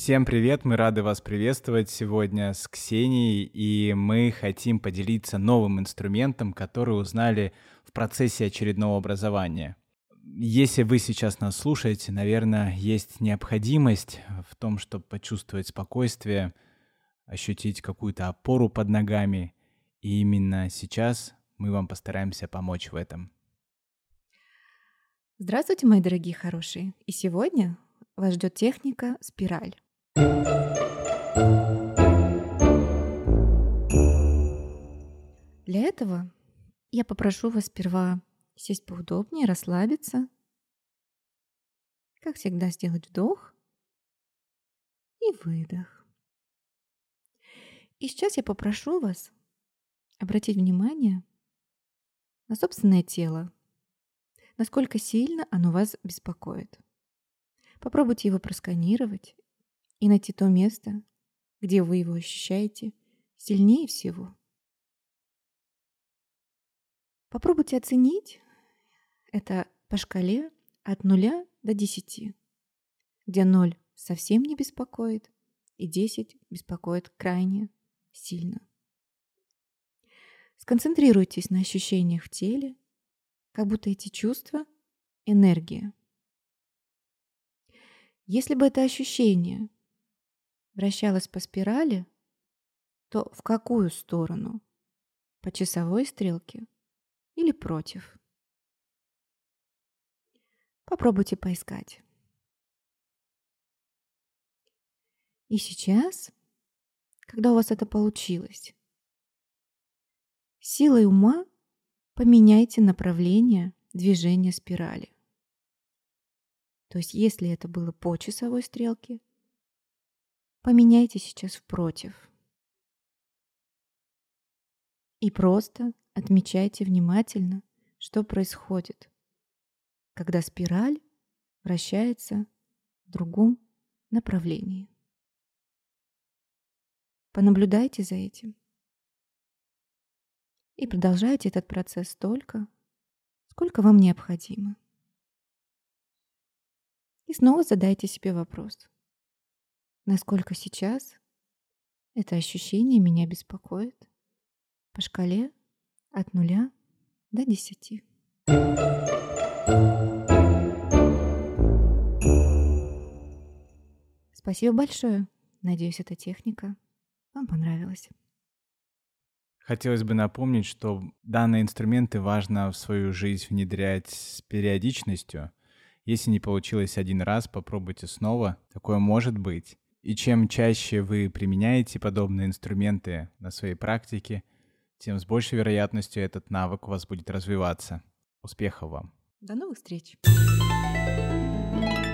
Всем привет! Мы рады вас приветствовать сегодня с Ксенией, и мы хотим поделиться новым инструментом, который узнали в процессе очередного образования. Если вы сейчас нас слушаете, наверное, есть необходимость в том, чтобы почувствовать спокойствие, ощутить какую-то опору под ногами, и именно сейчас мы вам постараемся помочь в этом. Здравствуйте, мои дорогие хорошие! И сегодня вас ждет техника спираль. Для этого я попрошу вас сперва сесть поудобнее, расслабиться. Как всегда, сделать вдох и выдох. И сейчас я попрошу вас обратить внимание на собственное тело, насколько сильно оно вас беспокоит. Попробуйте его просканировать и найти то место, где вы его ощущаете сильнее всего. Попробуйте оценить это по шкале от 0 до 10, где 0 совсем не беспокоит и 10 беспокоит крайне сильно. Сконцентрируйтесь на ощущениях в теле, как будто эти чувства — энергия. Если бы это ощущение вращалось по спирали, то в какую сторону? По часовой стрелке или против? Попробуйте поискать. И сейчас, когда у вас это получилось, силой ума поменяйте направление движения спирали. То есть, если это было по часовой стрелке, поменяйте сейчас впротив. И просто отмечайте внимательно, что происходит, когда спираль вращается в другом направлении. Понаблюдайте за этим. И продолжайте этот процесс столько, сколько вам необходимо. И снова задайте себе вопрос: насколько сейчас это ощущение меня беспокоит по шкале от 0 до 10. Спасибо большое. Надеюсь, эта техника вам понравилась. Хотелось бы напомнить, что данные инструменты важно в свою жизнь внедрять с периодичностью. Если не получилось один раз, попробуйте снова. Такое может быть. И чем чаще вы применяете подобные инструменты на своей практике, тем с большей вероятностью этот навык у вас будет развиваться. Успехов вам! До новых встреч!